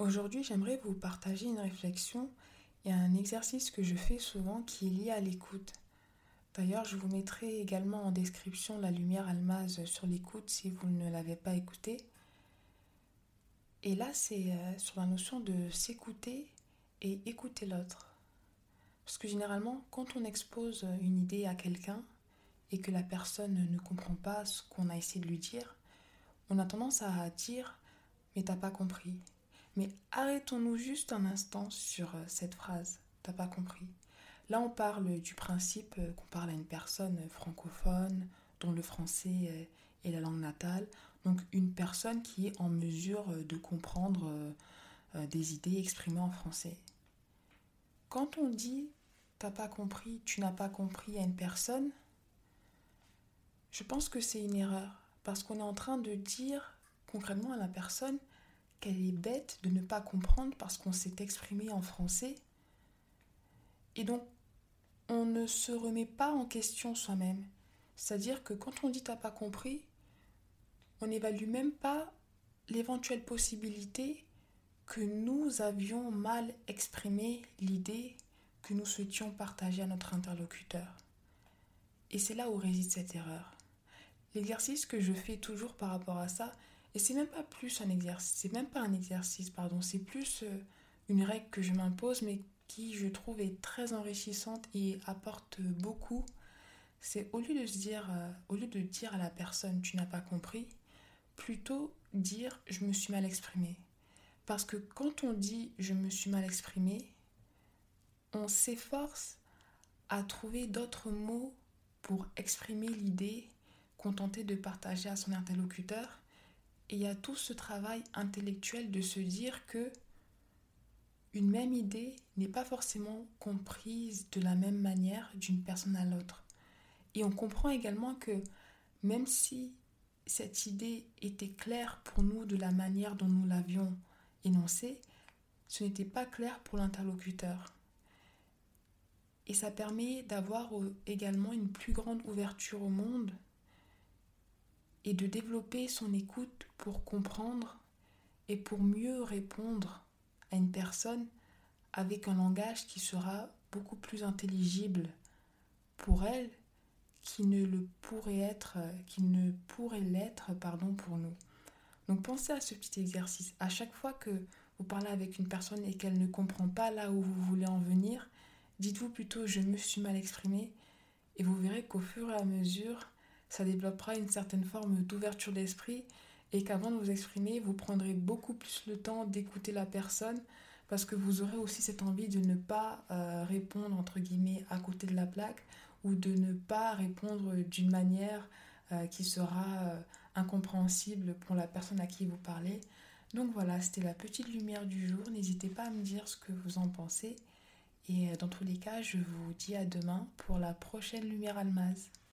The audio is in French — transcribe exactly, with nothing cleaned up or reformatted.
Aujourd'hui, j'aimerais vous partager une réflexion et un exercice que je fais souvent qui est lié à l'écoute. D'ailleurs, je vous mettrai également en description la lumière Almaz sur l'écoute si vous ne l'avez pas écouté. Et là, c'est euh, sur la notion de s'écouter et écouter l'autre. Parce que généralement, quand on expose une idée à quelqu'un et que la personne ne comprend pas ce qu'on a essayé de lui dire, on a tendance à dire « mais t'as pas compris ». Mais arrêtons-nous juste un instant sur euh, cette phrase « t'as pas compris ». Là, on parle du principe euh, qu'on parle à une personne francophone dont le français euh, est la langue natale, donc une personne qui est en mesure euh, de comprendre euh, euh, des idées exprimées en français. Quand on dit « t'as pas compris »,« tu n'as pas compris » à une personne, je pense que c'est une erreur parce qu'on est en train de dire concrètement à la personne qu'elle est bête de ne pas comprendre parce qu'on s'est exprimé en français. Et donc, on ne se remet pas en question soi-même. C'est-à-dire que quand on dit « t'as pas compris », on n'évalue même pas l'éventuelle possibilité que nous avions mal exprimé l'idée que nous souhaitions partager à notre interlocuteur. Et c'est là où réside cette erreur. L'exercice que je fais toujours par rapport à ça, et c'est même pas plus un exercice, c'est même pas un exercice, pardon, c'est plus euh, une règle que je m'impose, mais qui, je trouve, est très enrichissante et apporte beaucoup. C'est au lieu de se dire, euh, au lieu de dire à la personne tu n'as pas compris, plutôt dire je me suis mal exprimé. Parce que quand on dit je me suis mal exprimé, on s'efforce à trouver d'autres mots pour exprimer l'idée qu'on tentait de partager à son interlocuteur. Et il y a tout ce travail intellectuel de se dire que une même idée n'est pas forcément comprise de la même manière d'une personne à l'autre. Et on comprend également que même si cette idée était claire pour nous de la manière dont nous l'avions énoncée, ce n'était pas clair pour l'interlocuteur. Et ça permet d'avoir également une plus grande ouverture au monde et de développer son écoute pour comprendre et pour mieux répondre à une personne avec un langage qui sera beaucoup plus intelligible pour elle qui ne le pourrait être, qui ne pourrait l'être, pardon, pour nous. Donc pensez à ce petit exercice. À chaque fois que vous parlez avec une personne et qu'elle ne comprend pas là où vous voulez en venir, dites-vous plutôt je me suis mal exprimé et vous verrez qu'au fur et à mesure, ça développera une certaine forme d'ouverture d'esprit et qu'avant de vous exprimer, vous prendrez beaucoup plus le temps d'écouter la personne parce que vous aurez aussi cette envie de ne pas euh, répondre entre guillemets à côté de la plaque ou de ne pas répondre d'une manière euh, qui sera euh, incompréhensible pour la personne à qui vous parlez. Donc voilà, c'était la petite lumière du jour. N'hésitez pas à me dire ce que vous en pensez. Et dans tous les cas, je vous dis à demain pour la prochaine lumière Almaz.